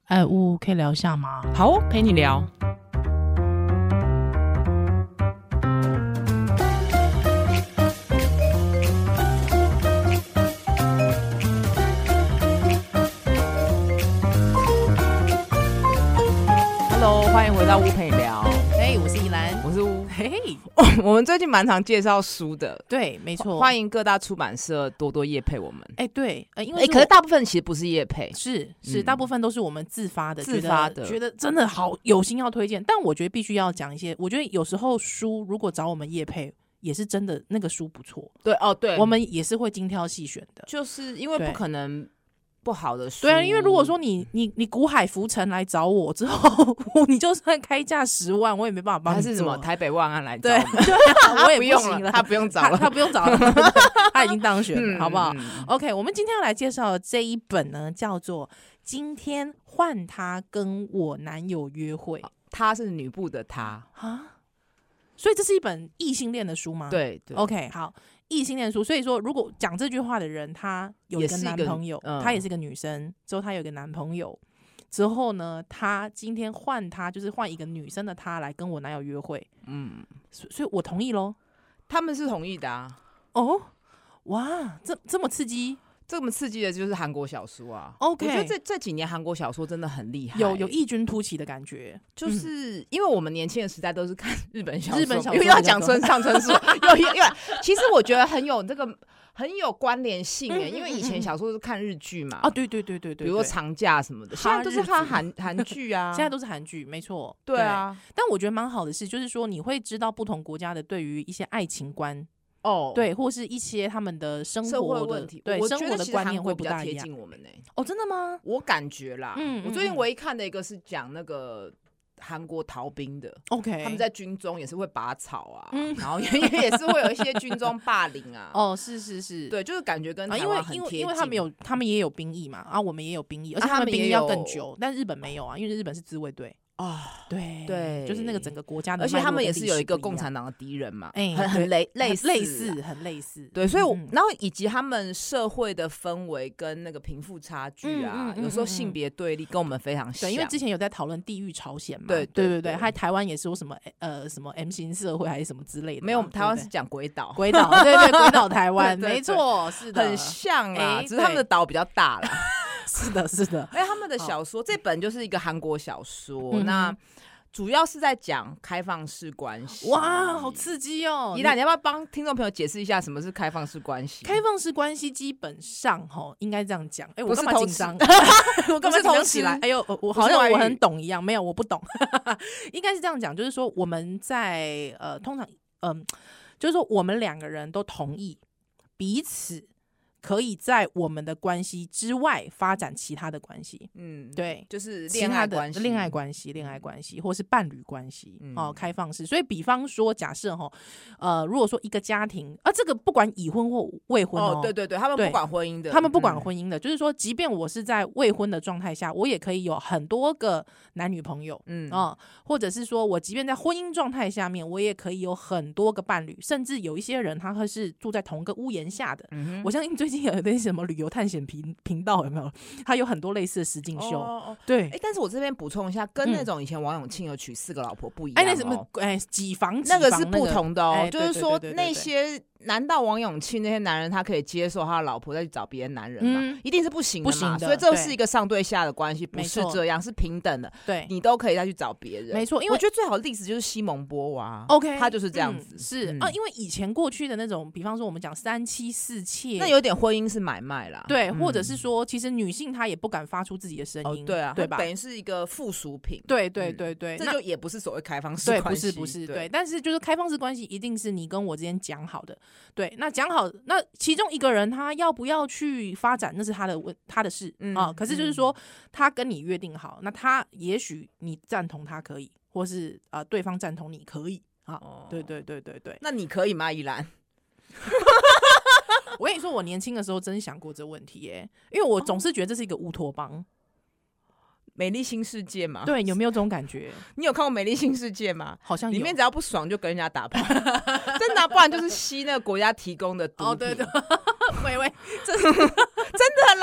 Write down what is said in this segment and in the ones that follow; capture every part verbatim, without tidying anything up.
哎，呜，可以聊一下吗？ 好哦，陪你聊。Hello， 欢迎回到屋陪你聊。 嘿、hey, 我是依兰， 我是屋。 嘿、hey 我们最近蛮常介绍书的， 对，没错， 欢迎各大出版社多多业配我们。 哎、欸，对，呃，因为哎、欸，可是大部分其实不是业配， 是是、嗯，大部分都是我们自发的， 自发的， 觉得真的好有心要推荐。但我觉得必须要讲一些，我觉得有时候书如果找我们业配，也是真的那个书不错。 对哦，对， 我们也是会精挑细选的， 就是因为不可能。不好的书， 对啊，因为如果说你你你股海浮沉来找我之后，你就算开价十万，我也没办法帮你做。 还是什么台北万安来找对，我也不用了， 他不用找了， 他, 他不用找了，他已经当选了，嗯、好不好、嗯、？OK， 我们今天要来介绍的这一本呢，叫做《今天换他跟我男友约会》， 他是女部的他啊，所以这是一本异性恋的书吗？ 对对 ，OK， 好。异性恋书，所以说如果讲这句话的人，他有一个男朋友，嗯、他也是一个女生，之后他有一个男朋友，之后呢，他今天换他，就是换一个女生的他来跟我男友约会，嗯，所以我同意咯。 他们是同意的啊。 哦，哇，这这么刺激。 这么刺激的就是韩国小说啊 ，OK， 我觉得这这几年韩国小说真的很厉害， 有有异军突起的感觉。 就是因为我们年轻的时代都是看日本小说， 日本小说因为要讲村上春树，又又其实我觉得很有这个很有关联性哎、欸，因为以前小说是看日剧嘛， 啊，对对对对对， 比如说长假什么的，现在都是看韩韩剧啊， 现在都是韩剧，没错， 对啊。 但我觉得蛮好的是，就是说你会知道不同国家的对于一些爱情观。 哦， 对，或是一些他们的生活的问题， 对生活的观念会比较贴近我们呢、欸。 哦，真的吗？ 我感觉啦，嗯，我最近嗯唯一看的一个是讲那个韩国逃兵的 ，OK， 他们在军中也是会拔草啊，嗯、然后也也是会有一些军中霸凌啊。 哦，是是是， 对，就是感觉跟台湾很贴近、 啊、因为因为因为他们有，他们也有兵役嘛，啊，我们也有兵役，而且他们兵役要更久，啊、但日本没有啊，因为日本是自卫队。哦，对对， 就是那个整个国家的， 而且他们也是有一个共产党的敌人嘛， 哎、欸， 很很类类似类似，很类似。 对，所以我，嗯、然后以及他们社会的氛围跟那个贫富差距啊，嗯嗯嗯嗯、有时候性别对立跟我们非常像。 对，因为之前有在讨论地狱朝鲜嘛， 对对对对，还台湾也是说什么呃什么 M 型社会还是什么之类的， 没有，台湾是讲鬼岛， 鬼岛，对对，鬼岛台湾，没错，是的， 很像啊， 欸、 只是他们的岛比较大啦。 是的，是的， 而且他们的小说，这本就是一个韩国小说，嗯、那。主要是在讲开放式关系， 哇，好刺激哦！ 依兰，你要不要帮听众朋友解释一下什么是开放式关系？ 开放式关系基本上齁，应该这样讲。哎、欸，我干嘛紧张？我干嘛紧张起来？哎呦，我好像我很懂一样，没有，我不懂。应该是这样讲，就是说我们在呃，通常嗯、呃，就是说我们两个人都同意彼此。可以在我们的关系之外发展其他的关系，嗯，对， 就是恋爱关系、 恋爱关系、恋爱关系，或是伴侣关系，嗯、哦，开放式。所以，比方说，假设哈，呃，如果说一个家庭，啊，这个不管已婚或未婚哦， 哦对对对，他们不管婚姻的， 他们不管婚姻的，嗯、就是说，即便我是在未婚的状态下，我也可以有很多个男女朋友，嗯啊、哦，或者是说我即便在婚姻状态下面，我也可以有很多个伴侣，甚至有一些人他会是住在同个屋檐下的。嗯、我相信最近有那些什么旅游探险频频道有没有？他有很多类似的实境秀，哦哦对。 哎，但是我这边补充一下，跟那种以前王永庆有娶四个老婆不一样、哦。 哎、嗯，那什么哎几房几房、那個、那个是不同的哦， 哎、 就是说那些。难道王永庆那些男人他可以接受他的老婆再去找别的男人吗？嗯、一定是不行的嘛， 不行的。 所以这是一个上对下的关系，不是这样，是平等的。 对， 你都可以再去找别人。 没错，因为我觉得最好的例子就是西蒙波娃 ，OK， 他就是这样子。 嗯、是、嗯、啊，因为以前过去的那种，比方说我们讲三妻四妾， 那有点婚姻是买卖啦。 对，嗯、或者是说，其实女性她也不敢发出自己的声音， 哦、对啊， 对吧？ 等于是一个附属品。 对对对对， 嗯、这就也不是所谓开放式关系， 对，不是不是，对。但是就是开放式关系，一定是你跟我之间讲好的，对，那讲。好，那其中一个人他要不要去发展，那是他的问他的事、嗯、啊。可是就是说，他跟你约定好，那他也许你赞同他可以，或是啊、呃、对方赞同你可以啊。哦、对对对对对， 那你可以吗，依兰？ 我跟你说，我年轻的时候真想过这问题耶、欸，因为我总是觉得这是一个乌托邦。 美丽新世界嘛， 对，有没有这种感觉？ 你有看过美丽新世界吗？ 好像有， 里面只要不爽就跟人家打炮，真的、啊，不然就是吸那个国家提供的毒品。 哦，对对，喂喂， 真的啦，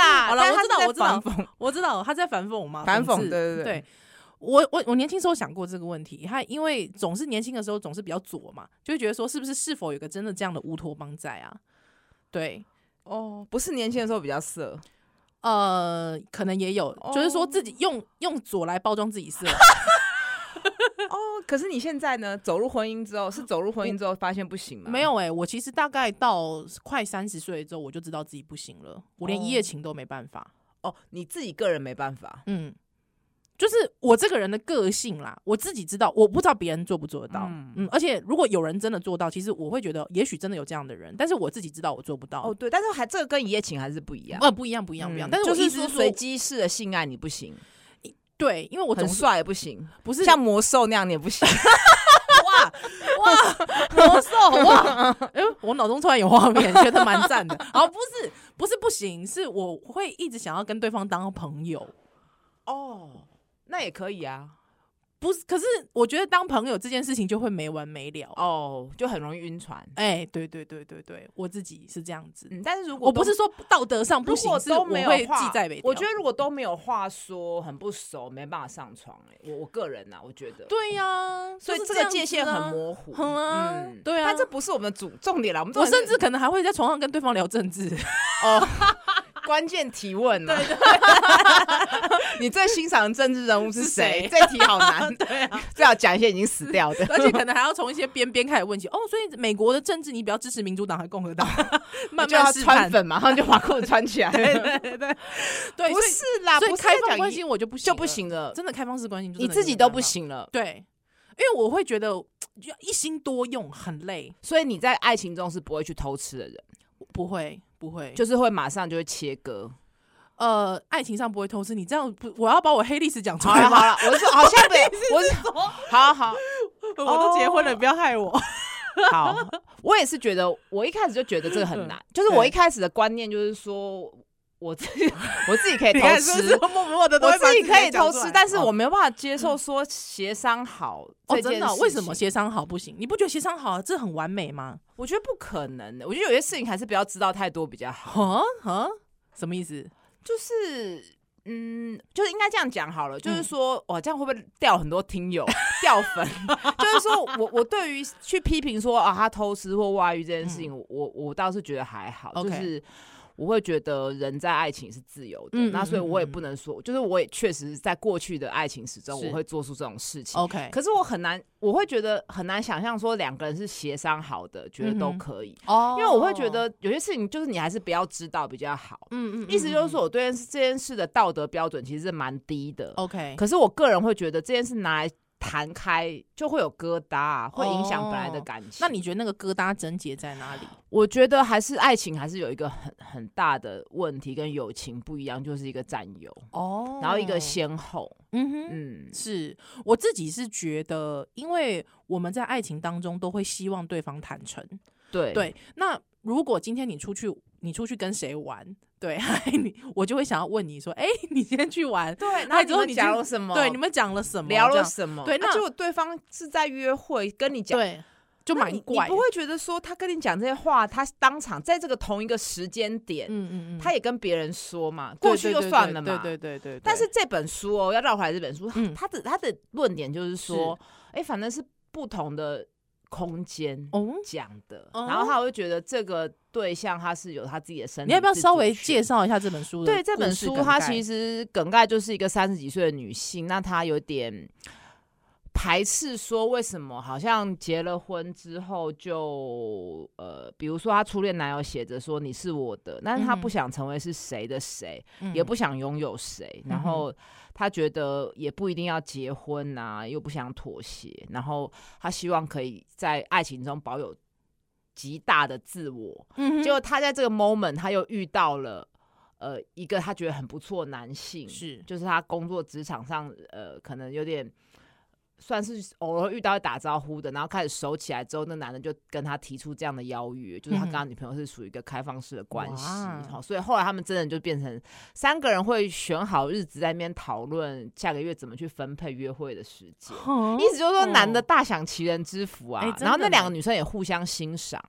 啦。 好了，我知道，我知道， 道， 我知道，他在反讽嘛， 反讽，对对对对。我我我年轻时候想过这个问题，他因为总是年轻的时候总是比较左嘛，就会觉得说是不是是否有个真的这样的乌托邦在啊？对， 哦，不是年轻的时候比较色， 呃，可能也有，哦、就是说自己用用左来包装自己色。 哦，可是你现在呢？走入婚姻之后，是走入婚姻之后发现不行吗？ 没有哎、欸，我其实大概到快三十岁之后，我就知道自己不行了，我连一夜情都没办法。 哦，你自己个人没办法， 嗯。就是我这个人的个性啦，我自己知道，我不知道别人做不做得到。嗯, 嗯，而且如果有人真的做到，其实我会觉得，也许真的有这样的人，但是我自己知道我做不到。 哦，对，但是还这个跟一夜情还是不一样。 呃，不一样，不一样，不一样。嗯、但是我就是说随机式的性爱你不行。 对，因为我很帅也不行， 不是像魔兽那样你也不行。 哇哇，魔兽哇！哎、欸，我脑中突然有画面，觉得蛮赞的。好，不是不是不行，是我会一直想要跟对方当朋友。 哦。那也可以啊， 不是？可是我觉得当朋友这件事情就会没完没了哦，就很容易晕船。 哎、欸，对对对对对，我自己是这样子。 嗯，但是如果我不是说道德上不行， 如果都没有是我会记在北。 我觉得如果都没有话说，很不熟，没办法上床、欸。哎，我我个人呐、啊，我觉得对呀、啊， 所以这个界限很模糊。 嗯啊，嗯对啊， 但这不是我们的主重点啦。我们我甚至可能还会在床上跟对方聊政治哦。关键提问嘛，对对你最欣赏的政治人物是谁？这题好难， 对啊， 最好讲一些已经死掉的， 而且可能还要从一些边边开始问起。哦，所以美国的政治你比较支持民主党还是共和党？慢慢试探， 穿粉马上就把裤子穿起来。 对对对对，对不是啦， 所以开放关系我就不行就不行了， 真的开放式关系你自己都不行了。 对，因为我会觉得一心多用很累， 所以你在爱情中是不会去偷吃的人， 不会。不会， 就是会马上就会切割。 呃，爱情上不会偷吃，你这样不，我要把我黑历史讲出来吗？ 好了，我是说，好，现在不，我是好好， 我都结婚了，不要害我。 好，我也是觉得，我一开始就觉得这个很难，就是我一开始的观念就是说。我自己我自己可以偷吃， 我自己可以偷吃，但是我没有办法接受说协商好这件事情。 哦，真的？为什么协商好不行？你不觉得协商好这很完美吗？ 我觉得不可能的。我觉得有些事情还是不要知道太多比较好。 啊啊？什么意思？ 就是嗯，就是应该这样讲好了。就是说，哇，这样会不会掉很多听友掉粉？就是说我我对于去批评说啊他偷吃或外遇这件事情，嗯、我我倒是觉得还好， okay. 就是。我会觉得人在爱情是自由的，嗯、那所以我也不能说，嗯、就是我也确实在过去的爱情史中，我会做出这种事情。 OK， 可是我很难，我会觉得很难想象说两个人是协商好的，觉得都可以。哦、嗯，因为我会觉得有些事情就是你还是不要知道比较好。嗯 嗯, 嗯，意思就是说我对这件事的道德标准其实是蛮低的。OK， 可是我个人会觉得这件事拿来弹开就会有疙瘩、啊，会影响本来的感情。 哦、那你觉得那个疙瘩症结在哪里？ 我觉得还是爱情还是有一个很很大的问题，跟友情不一样，就是一个占有哦，然后一个先后。 嗯哼，嗯，是我自己是觉得，因为我们在爱情当中都会希望对方坦诚。 对对，那如果今天你出去，你出去跟谁玩？对，我就会想要问你说，哎、欸，你先去玩， 对，然后你们讲了什么？ 对，你们讲了什么？ 聊了什么？ 对，那结果、啊、对方是在约会跟你讲， 对，就蛮怪。 你不会觉得说他跟你讲这些话，他当场在这个同一个时间点，嗯嗯嗯，他也跟别人说嘛，过去就算了嘛， 对对 对, 对, 对, 对, 对, 对。 但是这本书哦，要绕回来这本书，嗯、他的他的论点就是说，哎、欸，反正是不同的。空间讲的，哦、然后他会觉得这个对象他是有他自己的身体。 你要不要稍微介绍一下这本书的？ 对，这本书它其实梗概就是一个三十几岁的女性，那她有点排斥说为什么好像结了婚之后就呃，比如说她初恋男友写着说你是我的，但是她不想成为是谁的谁，嗯、也不想拥有谁，嗯、然后。他觉得也不一定要结婚啊，又不想妥协，然后他希望可以在爱情中保有极大的自我。嗯，结果他在这个 moment 他又遇到了呃一个他觉得很不错的男性，是就是他工作职场上呃可能有点算是偶尔遇到会打招呼的，然后开始熟起来之后，那男的就跟他提出这样的邀约，就是他跟他女朋友是属于一个开放式的关系，好，所以后来他们真的就变成三个人会选好日子在那边讨论下个月怎么去分配约会的时间，意思就是说男的大享其人之福啊，然后那两个女生也互相欣赏。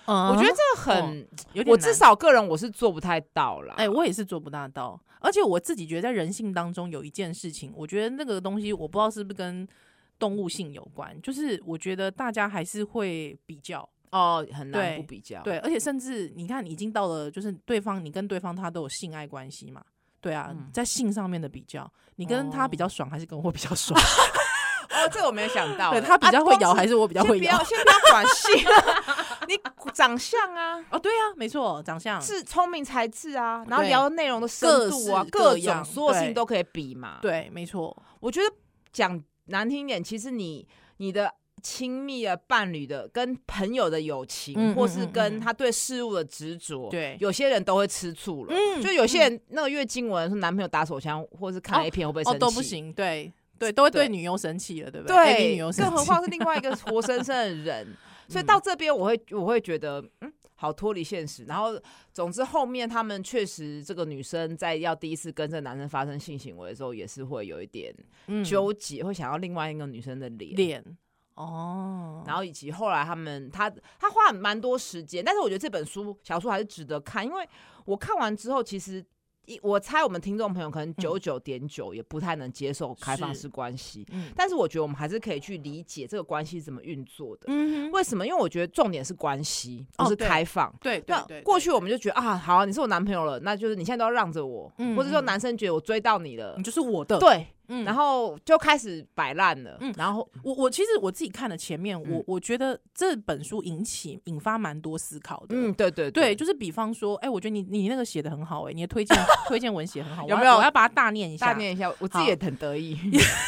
嗯， 我觉得这个很、哦、 有点， 我至少个人我是做不太到啦。 哎、欸，我也是做不大到。而且我自己觉得在人性当中有一件事情，我觉得那个东西我不知道是不是跟动物性有关，就是我觉得大家还是会比较。 哦，很难不比较。 对，而且甚至你看，已经到了就是对方，你跟对方他都有性爱关系嘛？对啊、嗯，在性上面的比较，你跟他比较爽，还是跟我比较爽？ 哦，这个我没有想到。 对，他比较会摇，还是我比较会摇？ 先不要管性，你长相啊， 哦，对啊，没错，长相是聪明才智啊，然后聊内容的深度啊，各种所有事情都可以比嘛。 对，没错。 我觉得讲难听一点，其实你你的亲密的伴侣的跟朋友的友情，嗯、或是跟他对事物的执着，对、嗯，有些人都会吃醋了。嗯，就有些人、嗯、那个月经文说男朋友打手枪，或是看 A 片会不会生气？哦， 都不行，对。对，都会对女优生气了，对不对？ 对， A V 女优生气， 更何况是另外一个活生生的人。所以到这边，我会我会觉得，嗯，好脱离现实。然后，总之后面他们确实，这个女生在要第一次跟这个男生发生性行为的时候，也是会有一点纠结、嗯，会想要另外一个女生的脸脸哦。 然后以及后来他们，他他花蛮多时间，但是我觉得这本书小说还是值得看，因为我看完之后，其实。我猜我们听众朋友可能九十九点九也不太能接受开放式关系、嗯，但是我觉得我们还是可以去理解这个关系是怎么运作的、嗯。为什么？因为我觉得重点是关系，不是开放。哦、 对对 对, 对, 对。 过去我们就觉得啊，好，你是我男朋友了，那就是你现在都要让着我、嗯，或者说男生觉得我追到你了， 你就是我的。 对。嗯、然后就开始摆烂了。嗯，然后我我其实我自己看了前面，嗯、我我觉得这本书引起引发蛮多思考的。 嗯，对对对, 对，就是比方说，哎、欸，我觉得你你那个写的很好、欸，哎，你的推荐推荐文写很好， 有没有？ 我要把它大念一下， 大念一下，我自己也很得意。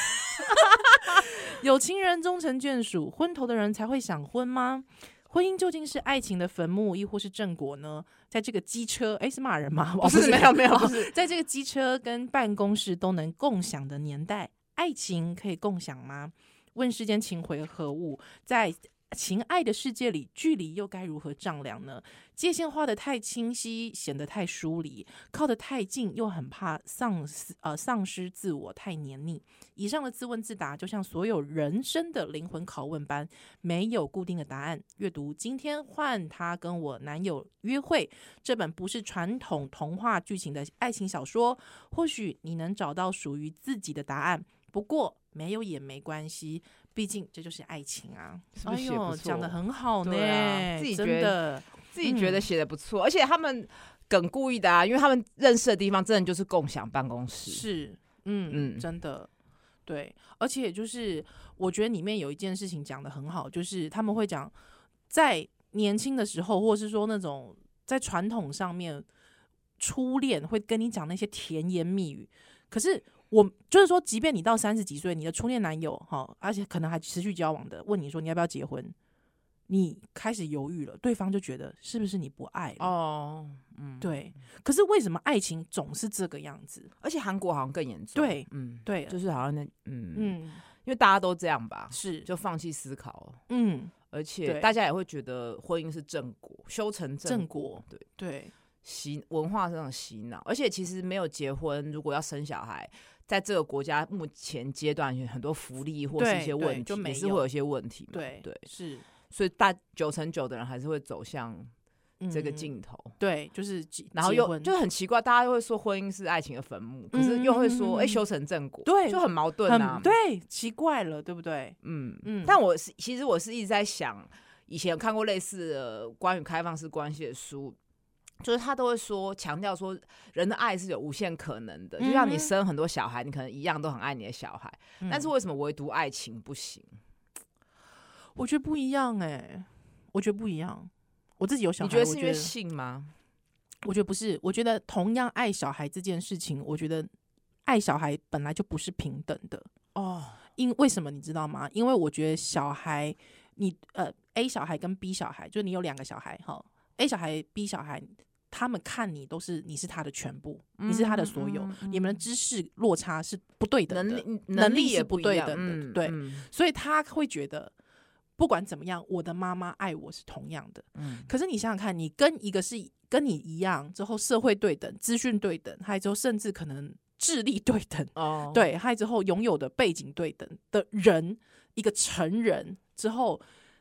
有情人终成眷属，昏头的人才会想婚吗？婚姻究竟是爱情的坟墓，亦或是正果呢？在这个机车，哎，是骂人吗？ 不是，没有，没有，不是。 在这个机车跟办公室都能共享的年代，爱情可以共享吗？问世间情为何物？在情爱的世界里，距离又该如何丈量呢？界限画得太清晰，显得太疏离；靠得太近，又很怕丧失呃丧失自我，太黏腻。以上的自问自答，就像所有人生的灵魂拷问般，没有固定的答案。阅读今天换他跟我男友约会这本不是传统童话剧情的爱情小说，或许你能找到属于自己的答案。不过没有也没关系，毕竟这就是爱情啊！ 是不是写不错？哎呦， 讲得很好呢， 啊、自己觉得真的自己觉得写得不错、嗯，而且他们梗故意的啊，因为他们认识的地方真的就是共享办公室， 是，嗯嗯，真的对，而且就是我觉得里面有一件事情讲得很好，就是他们会讲在年轻的时候，或是说那种在传统上面初恋会跟你讲那些甜言蜜语，可是。我就是说，即便你到三十几岁，你的初恋男友哈，而且可能还持续交往的，问你说你要不要结婚，你开始犹豫了，对方就觉得是不是你不爱了？哦，嗯，对。可是为什么爱情总是这个样子？ 而且韩国好像更严重。 对， 嗯， 对， 就是好像那嗯嗯，因为大家都这样吧， 是就放弃思考了， 嗯， 而且大家也会觉得婚姻是正果，修成正果， 果对对， 洗文化上的洗脑，而且其实没有结婚，如果要生小孩。在这个国家目前阶段，很多福利或是一些问题，也是会有一些问题嘛。 对对， 是， 所以大九成九的人还是会走向这个尽头。 嗯、对，就是然后又就很奇怪，大家又会说婚姻是爱情的坟墓，可是又会说哎、嗯欸、修成正果， 对， 就很矛盾啊。 对，奇怪了，对不对？ 嗯嗯。但我是其实我是一直在想，以前有看过类似的关于开放式关系的书。就是他都会说，强调说，人的爱是有无限可能的。就像你生很多小孩，你可能一样都很爱你的小孩，嗯、但是为什么唯独爱情不行？ 我觉得不一样哎、欸，我觉得不一样。我自己有小孩， 你觉得是因为性吗？ 我觉得不是，我觉得同样爱小孩这件事情，我觉得爱小孩本来就不是平等的哦。因为什么你知道吗？因为我觉得小孩，你呃 A 小孩跟 B 小孩，就是你有两个小孩哈 ，A 小孩 B 小孩。他们看你都是你是他的全部，嗯、你是他的所有、嗯嗯，你们的知识落差是不对等的， 能力能力是不对等的， 嗯、 对、 嗯， 所以他会觉得不管怎么样，我的妈妈爱我是同样的。嗯，可是你想想看，你跟一个是跟你一样之后社会对等、资讯对等，还有之后甚至可能智力对等，哦，对，还有之后拥有的背景对等的人，一个成人之后。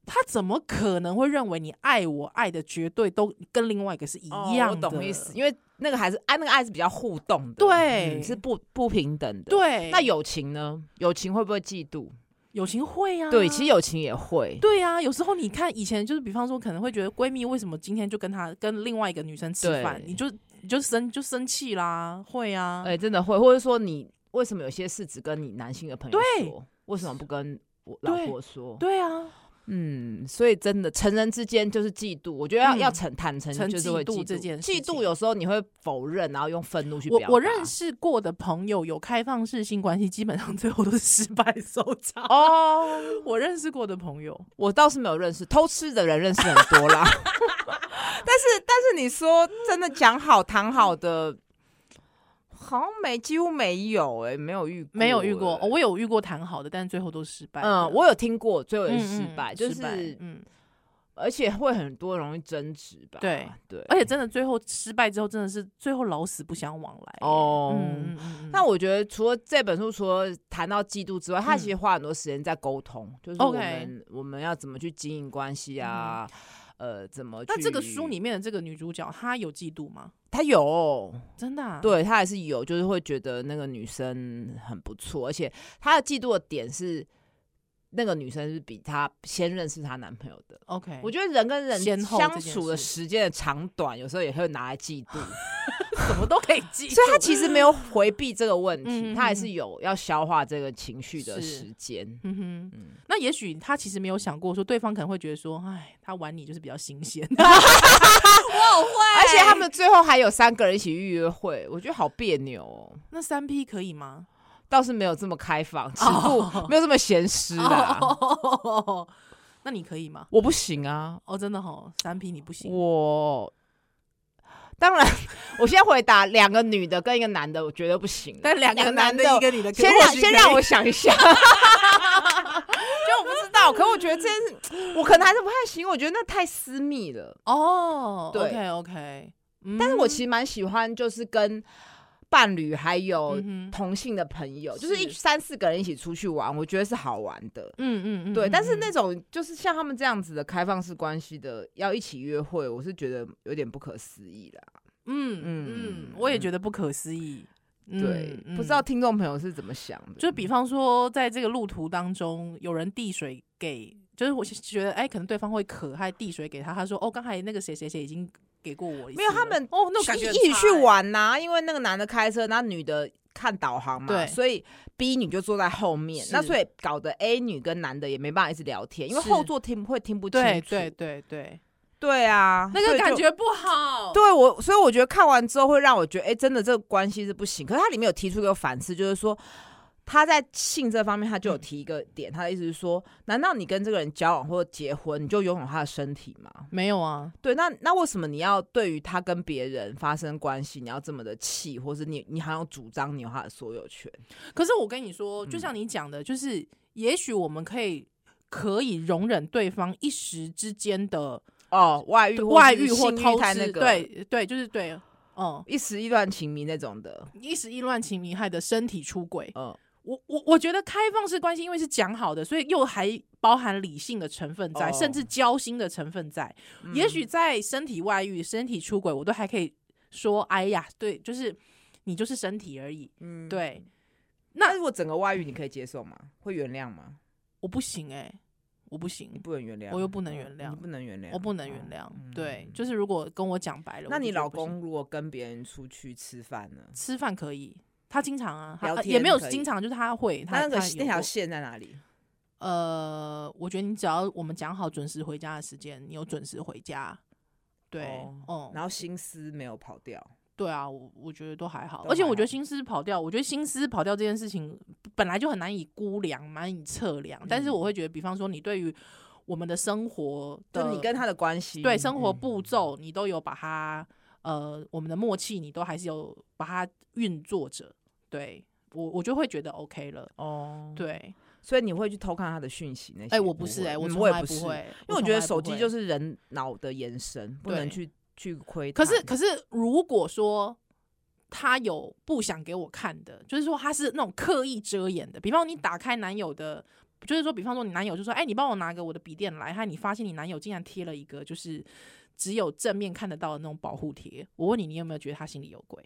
他怎么可能会认为你爱我爱的绝对都跟另外一个是一样的？ 哦、我懂意思，因为那个还是爱，那个爱是比较互动的， 对， 嗯、是不不平等的。 对， 那友情呢？友情会不会嫉妒？ 友情会啊， 对，其实友情也会。 对啊，有时候你看以前就是，比方说可能会觉得闺蜜为什么今天就跟她跟另外一个女生吃饭，你就你就生就生气啦，会啊， 哎、欸，真的会，或者说你为什么有些事只跟你男性的朋友说，为什么不跟我老婆说？ 对啊。 嗯，所以真的成人之间就是嫉妒，我觉得要、嗯、要诚坦诚，就是会嫉妒这件事情。 嫉妒有时候你会否认，然后用愤怒去表达。 我我认识过的朋友有开放式性关系，基本上最后都是失败收场。哦，我认识过的朋友， 我倒是没有认识偷吃的人，认识很多啦。但是但是你说真的讲好谈好的。好像没，几乎没有哎、欸，没有遇过、欸， 没有遇过、哦。我有遇过谈好的，但是最后都失败。 嗯，我有听过，最后也是失败，嗯嗯就是失败嗯， 而且会很多容易争执吧。 对对， 而且真的最后失败之后，真的是最后老死不相往来、欸。哦， 嗯嗯嗯。那我觉得除了这本书，除了谈到嫉妒之外，他其实花很多时间在沟通，嗯、就是我们、okay. 我们要怎么去经营关系啊。嗯呃，怎么去？ 那这个书里面的这个女主角，她有嫉妒吗？ 她有， 真的、啊。 对，她还是有，就是会觉得那个女生很不错，而且她的嫉妒的点是，那个女生是比她先认识她男朋友的。 OK， 我觉得人跟人相处的时间的长短，有时候也会拿来嫉妒。 什么都可以记， 所以他其实没有回避这个问题，嗯、他还是有要消化这个情绪的时间。嗯哼，嗯那也许他其实没有想过说，对方可能会觉得说，哎，他玩你就是比较新鲜。我好会，而且他们最后还有三个人一起预约会，我觉得好别扭哦。 那三 P 可以吗？ 倒是没有这么开放，尺度、oh. 没有这么闲湿啦。 Oh. 那你可以吗？ 我不行啊。 哦，真的哦，三 P 你不行。 我。当然，我先回答两个女的跟一个男的，我绝对不行。 但两个男的一个女的， 先让先让我想一下。就我不知道，可我觉得这件事，我可能还是不太行。我觉得那太私密了。 哦，对 ，OK OK、 嗯。但是我其实蛮喜欢，就是跟伴侣还有同性的朋友，嗯、就是一三四个人一起出去玩，我觉得是好玩的。嗯嗯嗯，对。但是那种就是像他们这样子的开放式关系的，要一起约会，我是觉得有点不可思议啦。 嗯嗯嗯，我也觉得不可思议。 嗯、对、嗯，不知道听众朋友是怎么想的。 就比方说，在这个路途当中，有人递水给，就是我觉得，哎、欸，可能对方会渴，还递水给他，他说，哦，刚才那个谁谁谁已经给过我一次。 没有，他们哦，那种感觉、欸、 一起去玩呐、啊，因为那个男的开车，那女的看导航嘛， 对， 所以 B 女就坐在后面，那所以搞得 A 女跟男的也没办法一直聊天，因为后座听会听不清楚。 对对对对。 对啊， 那个感觉不好。 对我，所以我觉得看完之后会让我觉得，哎、欸，真的这个关系是不行。可是他里面有提出一个反思，就是说他在性这方面，他就有提一个点，嗯、他的意思是说，难道你跟这个人交往或者结婚，你就拥有他的身体吗？ 没有啊。 对，那那为什么你要对于他跟别人发生关系，你要这么的气，或是你你好像主张你有他的所有权？ 可是我跟你说，就像你讲的，嗯、就是也许我们可以可以容忍对方一时之间的。 哦，外遇、 外遇或偷吃， 那个、 对对，就是对， 哦、嗯，一时意乱情迷那种的， 一时意乱情迷害的身体出轨。嗯，我我我觉得开放式关系因为是讲好的，所以又还包含理性的成分在，哦、甚至交心的成分在。嗯、也许在身体外遇、身体出轨，我都还可以说，哎呀，对，就是你就是身体而已。嗯，对。 那如果整个外遇，你可以接受吗？会原谅吗？ 我不行哎、欸。我不行， 你不能原谅， 我又不能原谅， 你不能原谅， 我不能原谅、嗯。对，就是如果跟我讲白了， 那你老公如果跟别人出去吃饭呢？ 吃饭可以，他经常啊，他也没有经常，就是他会。他那个那条线在哪里？ 呃，我觉得你只要我们讲好准时回家的时间，你有准时回家，对，哦， 嗯、然后心思没有跑掉。 对啊，我我觉得都还好，而且我觉得心思跑掉，我觉得心思跑掉这件事情本来就很难以估量、难以测量、嗯。但是我会觉得，比方说你对于我们的生活的， 就你跟他的关系， 对生活步骤、嗯，你都有把它呃，我们的默契，你都还是有把它运作着。对我，我就会觉得 OK 了。哦，对， 所以你会去偷看他的讯息那些？ 哎、欸，我不是哎、欸，我从来不会、嗯， 因为我觉得手机就是人脑的延伸，不能去。去窥可是可是如果说他有不想给我看的，就是说他是那种刻意遮掩的，比方你打开男友的就是说，比方说你男友就说，哎、欸，你帮我拿个我的笔电来，还你发现你男友竟然贴了一个就是只有正面看得到的那种保护贴，我问你，你有没有觉得他心里有鬼？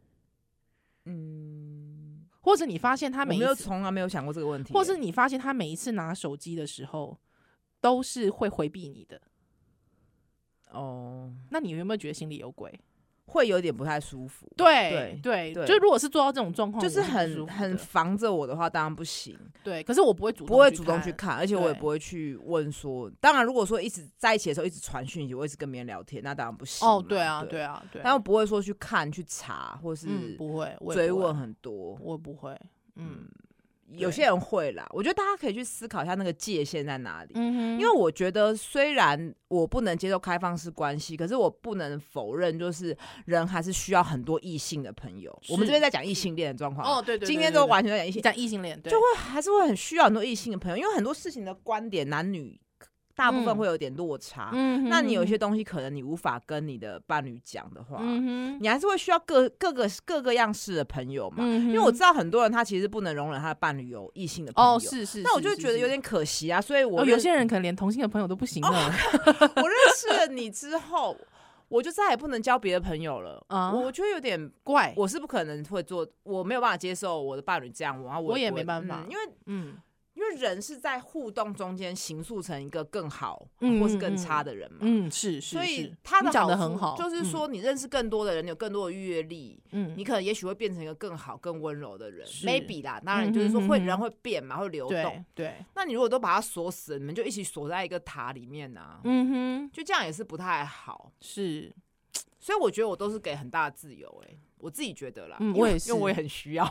嗯，或者你发现他每一次， 我没有从来没有想过这个问题， 或是你发现他每一次拿手机的时候都是会回避你的，哦，那你有没有觉得心里有鬼？ 会有点不太舒服。 对 对, 对，就如果是做到这种状况， 就是很很防着我的话，当然不行。 对，可是我不会主动不会主动去看，而且我也不会去问说。当然，如果说一直在一起的时候一直传讯息，我一直跟别人聊天，那当然不行。 哦，对啊，对啊，对。 但我不会说去看、去查，或是不会追问很多。 我不会，嗯。 有些人会啦，我觉得大家可以去思考一下那个界限在哪里。嗯、因为我觉得虽然我不能接受开放式关系，可是我不能否认，就是人还是需要很多异性的朋友。我们这边在讲异性恋的状况， 哦，对 对, 对, 对, 对， 今天都完全在讲异性， 讲异性恋， 就会还是会很需要很多异性的朋友，因为很多事情的观点，男女大部分会有点落差。嗯、那你有一些东西可能你无法跟你的伴侣讲的话，嗯、你还是会需要各各个各个样式的朋友嘛。嗯、因为我知道很多人他其实不能容忍他的伴侣有异性的朋友， 哦，是是， 那我就觉得有点可惜啊。所以我、 哦、有些人可能连同性的朋友都不行了。哦、 我认识了你之后，我就再也不能交别的朋友了。啊、我觉得有点怪， 我是不可能会做，我没有办法接受我的伴侣这样，然后 我, 我也没办法， 嗯、因为嗯。因为人是在互动中间形塑成一个更好、 嗯、 或是更差的人嘛， 嗯，是是， 所以他的讲得很好， 就是说你认识更多的人，你有更多的阅历，嗯，你可能也许会变成一个更好、更温柔的人 ，maybe 啦，当然就是说会、嗯、人会变嘛，会流动， 对，对， 那你如果都把它锁死了，你们就一起锁在一个塔里面啊，嗯哼，就这样也是不太好， 是， 所以我觉得我都是给很大的自由、欸，哎，我自己觉得啦， 嗯，我也是， 因为我也很需要。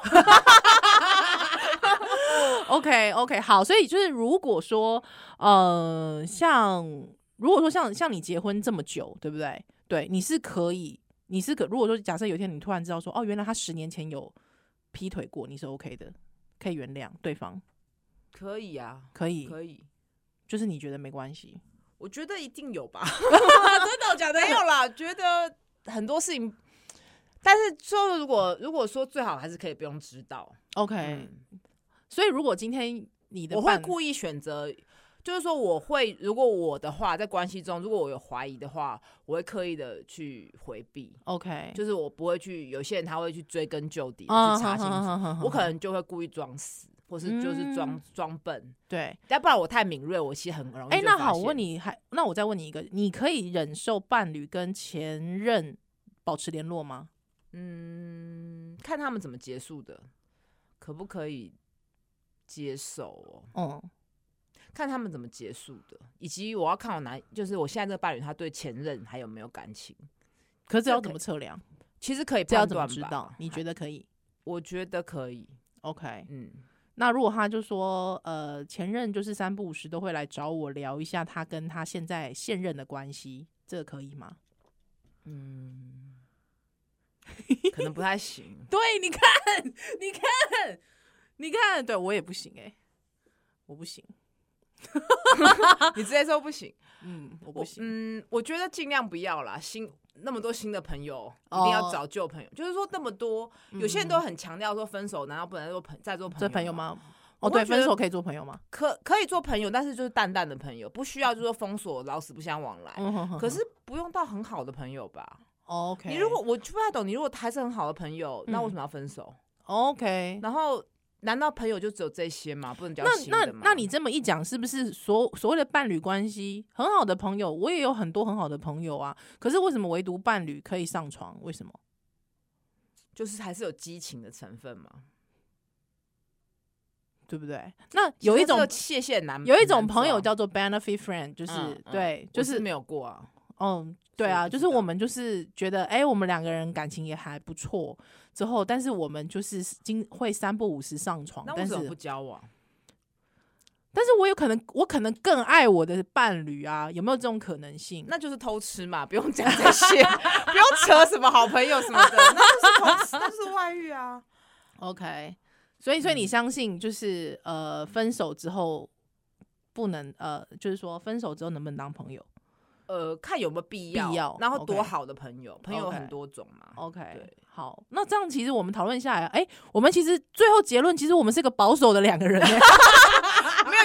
OK OK 好，所以就是如果说呃，像如果说像像你结婚这么久，对不对？对，你是可以，你是可如果说假设有一天你突然知道说，哦，原来他十年前有劈腿过，你是 OK 的，可以原谅对方？ 可以啊， 可以， 可以， 就是你觉得没关系？ 我觉得一定有吧，真的，我讲的没有啦，觉得很多事情，但是说如果如果说最好还是可以不用知道 ，OK、嗯。所以，如果今天你的我会故意选择，就是说，我会如果我的话，在关系中，如果我有怀疑的话，我会刻意的去回避。 OK， 就是我不会去，有些人他会去追根究底，哦、去查清楚。哦、我可能就会故意装死，或是就是装装、嗯、笨。对，要不然我太敏锐，我其实很容易。哎、欸， 那好，我问你，还那我再问你一个，你可以忍受伴侣跟前任保持联络吗？ 嗯，看他们怎么结束的，可不可以？接受哦，嗯，看他们怎么结束的，以及我要看我男，就是我现在这个伴侣他对前任还有没有感情。 可是这要怎么测量？ 其实可以判断吧？ 知道？你觉得可以？ 我觉得可以。 OK， 嗯，那如果他就说，呃，前任就是三不五时都会来找我聊一下他跟他现在现任的关系，这个可以吗？ 嗯，可能不太行。 对，你看，你看。你看，对我也不行哎、欸，我不行。 你直接说不行， 嗯，我不行。 嗯，我觉得尽量不要啦。新那么多新的朋友，一定要找旧朋友。哦、就是说那么多，有些人都很强调说分手，难道不能做朋再做朋友？ 这朋友吗？哦，对，分手可以做朋友吗？ 可可以做朋友，但是就是淡淡的朋友，不需要就是说封锁，老死不相往来。嗯、哼哼可是不用到很好的朋友吧、 哦、？OK， 你如果我就不太懂，你如果还是很好的朋友，那为什么要分手、 嗯、？OK， 然后。难道朋友就只有这些吗？不能交新的吗？ 那那那你这么一讲，是不是所所谓的伴侣关系很好的朋友，我也有很多很好的朋友啊？可是为什么唯独伴侣可以上床？为什么？ 就是还是有激情的成分嘛， 对不对？那有一种谢谢男， 有一种朋友叫做 benefit friend， 就是、嗯、对，就是是没有过啊。 嗯，对啊，就是我们就是觉得，哎、欸，我们两个人感情也还不错，之后，但是我们就是经会三不五时上床， 那为什么不交往？ 但是我有可能，我可能更爱我的伴侣啊，有没有这种可能性？ 那就是偷吃嘛，不用讲这些，不用扯什么好朋友什么的，那就是偷吃，那就是外遇啊。 OK， 所以，所以你相信就是、嗯、呃，分手之后不能呃，就是说分手之后能不能当朋友？ 呃，看有没有必要，必要然后多好的朋友， okay. 朋友很多种嘛。 OK， 对，好，那这样其实我们讨论下来，哎、欸，我们其实最后结论，其实我们是个保守的两个人、欸， 没有，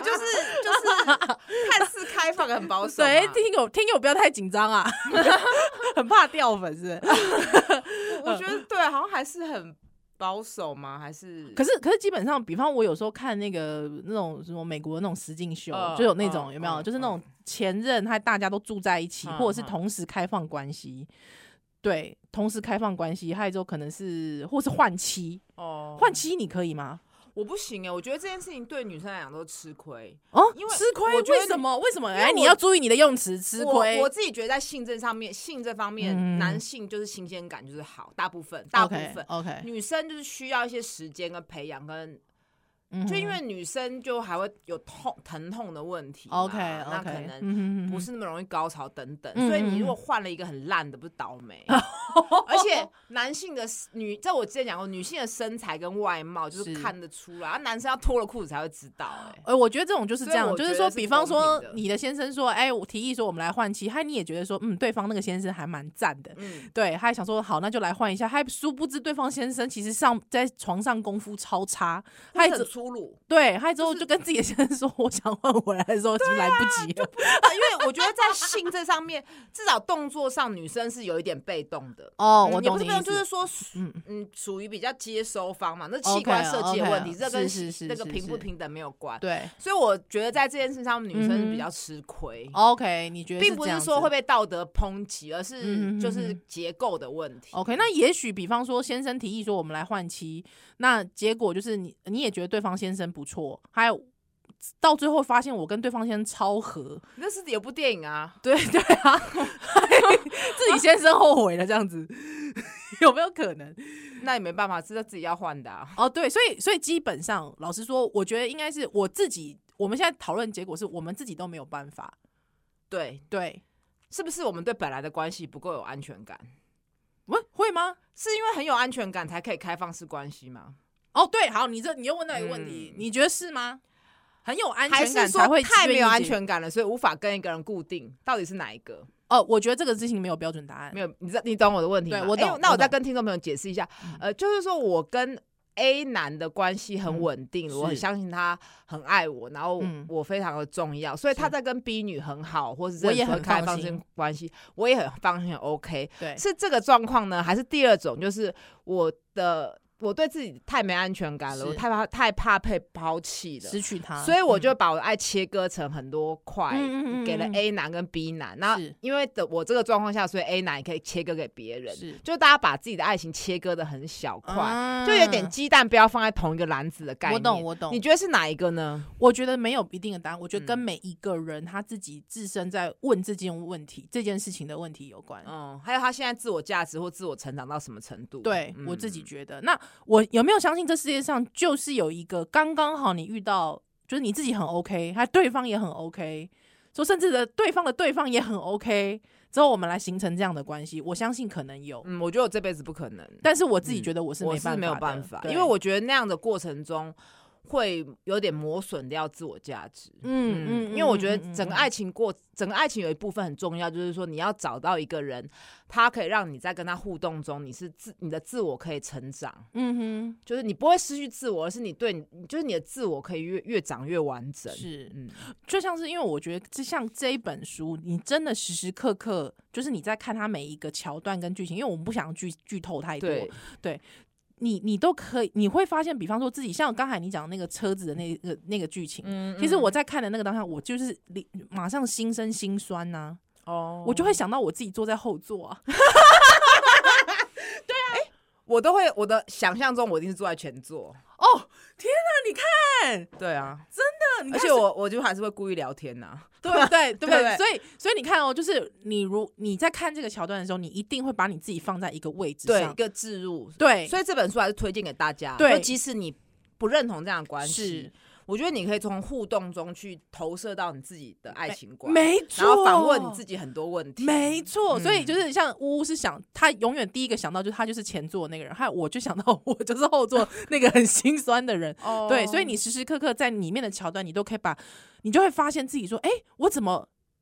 就是就是看似开放很保守。 对，听友听友不要太紧张啊，很怕掉粉是不是？ 我觉得对，好像还是很保守吗？还是？ 可是可是基本上，比方我有时候看那个那种什么美国的那种实境秀， 呃、 就有那种、呃、有没有？ 呃、 就是那种前任还大家都住在一起， 呃、 或者是同时开放关系。呃、对，同时开放关系，还有之后可能是或是换妻哦，换妻你可以吗？ 我不行哎、欸，我觉得这件事情对女生来讲都吃亏哦，因为吃亏为什么？为什么？哎、欸，你要注意你的用词，吃亏。 我, 我自己觉得在性这上面，性这方面，嗯、男性就是新鲜感就是好，大部分大部分 ，OK，, okay 女生就是需要一些时间跟培养跟。就因为女生就还会有痛疼痛的问题 ，OK，, okay 那可能不是那么容易高潮等等，嗯、所以你如果换了一个很烂的，不是倒霉。而且男性的女，在我之前讲过，女性的身材跟外貌就是看得出来，男生要脱了裤子才会知道、欸。哎， 呃，我觉得这种就是这样，就是说，比方说你的先生说，哎、欸，我提议说我们来换妻，还你也觉得说，嗯，对方那个先生还蛮赞的，嗯，对，他还想说好，那就来换一下，还殊不知对方先生其实上在床上功夫超差， 他很粗鲁。 对，还之后就跟自己的先生说，我想换回来的时候已经来不及了。 啊、因为我觉得在性这上面，至少动作上女生是有一点被动的。 哦， 嗯、 我懂你意思。 也不是被动，就是说，嗯嗯，属于比较接收方嘛，那器官设计的问题， okay, okay, 这跟那个平不平等没有关。 对， 所以我觉得在这件事上，女生是比较吃亏。 嗯、OK， 你觉得是并不是说会被道德抨击，而是就是结构的问题。 OK， 那也许比方说先生提议说我们来换妻，那结果就是你你也觉得对方先生不错，还有。到最后发现我跟对方先生超合， 那是有部电影啊， 对对啊，自己先生后悔了这样子，有没有可能？ 那也没办法，是自己要换的啊。 哦，对，所以所以基本上，老实说，我觉得应该是我自己。我们现在讨论结果是我们自己都没有办法。 对对， 是不是我们对本来的关系不够有安全感？ 喂，会吗？ 是因为很有安全感才可以开放式关系吗？ 哦，对，好，你这你又问到一个问题，嗯、你觉得是吗？很有安全感才会太没有安全感了，所以无法跟一个人固定，到底是哪一个？ 哦，我觉得这个事情没有标准答案。 没有，你知道你懂我的问题吗？ 对，我懂。 欸、那我再跟听众朋友解释一下，嗯、呃，就是说我跟 A 男的关系很稳定、嗯，我很相信他很爱我，然后我非常的重要，嗯、所以他在跟 B 女很好，或者是很开放性关系，我也很放心，很 OK。 对， 是这个状况呢，还是第二种，就是我的？我对自己太没安全感了，我太怕太怕被抛弃了， 失去他， 所以我就把我的爱切割成很多块、嗯，给了 A 男跟 B 男。那因为的我这个状况下，所以 A 男也可以切割给别人，就大家把自己的爱情切割的很小块、嗯，就有点鸡蛋不要放在同一个篮子的概念。 我懂，我懂。 你觉得是哪一个呢？ 我觉得没有一定的答案，我觉得跟每一个人他自己自身在问这件问题、这件事情的问题有关。 嗯，还有他现在自我价值或自我成长到什么程度？ 对、嗯、我自己觉得，那我有没有想？相信这世界上就是有一个刚刚好你遇到，就是你自己很 OK， 还对方也很 OK， 说甚至的对方的对方也很 OK， 之后我们来形成这样的关系，我相信可能有。 嗯，我觉得我这辈子不可能， 但是我自己觉得我是没办法的、 嗯、我是没有办法，因为我觉得那样的过程中会有点磨损掉自我价值。嗯嗯，因为我觉得整个爱情过，整个爱情有一部分很重要，就是说你要找到一个人，他可以让你在跟他互动中，你是自你的自我可以成长。嗯哼，就是你不会失去自我，而是你对你就是你的自我可以越越长越完整。是， 嗯，就像是因为我觉得，就像这一本书，你真的时时刻刻就是你在看它每一个桥段跟剧情，因为我们不想剧剧透太多，对。对你你都可以，你会发现，比方说自己像刚才你讲那个车子的那个那个剧情、嗯嗯，其实我在看的那个当下，我就是马上心生心酸呐、啊，哦，我就会想到我自己坐在后座啊，对啊，欸、我都会我的想象中我一定是坐在前座， 哦，天哪，你看， 对啊， 真的，你看而且我我就还是会故意聊天呐、啊。 对不对？对不对？所以，所以你看哦，就是你如你在看这个桥段的时候，你一定会把你自己放在一个位置上， 对，一个置入。 对， 所以这本书还是推荐给大家。对，即使你不认同这样的关系，我觉得你可以从互动中去投射到你自己的爱情观， 没错， 然后反问你自己很多问题， 没错。所以就是像呜呜是想，他永远第一个想到就是他就是前座那个人，还有我就想到我就是后座那个很心酸的人。哦，对，所以你时时刻刻在里面的桥段，你都可以把，你就会发现自己说，哎，我怎么？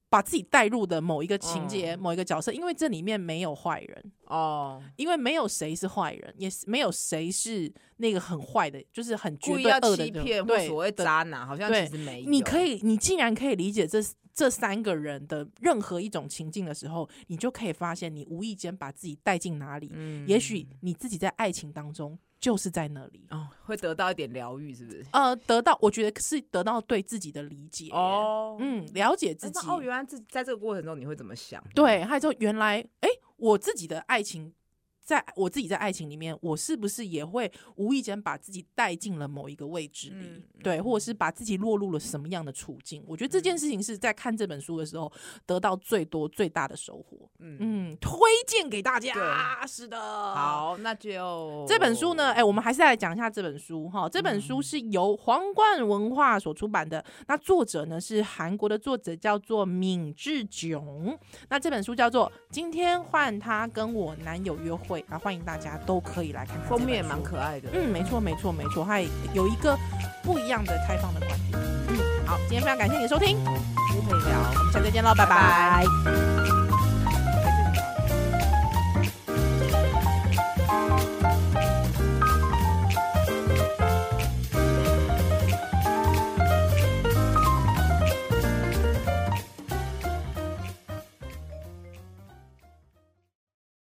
把自己带入的某一个情节、嗯、某一个角色，因为这里面没有坏人哦，因为没有谁是坏人，也没有谁是那个很坏的，就是很绝对恶的，故意要欺骗或所谓渣男，好像其实没有。 你可以，你既然可以理解这这三个人的任何一种情境的时候，你就可以发现，你无意间把自己带进哪里，嗯、也许你自己在爱情当中。就是在那里哦，会得到一点疗愈，是不是？ 呃，得到，我觉得是得到对自己的理解哦，嗯，了解自己。 哦，原来在这个过程中你会怎么想？ 对，还有之后原来，哎、欸，我自己的爱情。在我自己在爱情里面，我是不是也会无意间把自己带进了某一个位置里、嗯、对，或者是把自己落入了什么样的处境？我觉得这件事情是在看这本书的时候得到最多最大的收获。嗯嗯，推荐给大家。是的， 好，那就这本书呢，哎、欸，我们还是来讲一下这本书哈。这本书是由皇冠文化所出版的，那作者呢是韩国的作者，叫做闵志炯。那这本书叫做《今天换他跟我男友约会》。啊，欢迎大家都可以来看看， 封面也蛮可爱的。 嗯，没错，没错，没错，还有一个不一样的开放的观点。嗯，好，今天非常感谢你的收听， 书可以聊， 我们下次再见喽，拜拜。拜拜。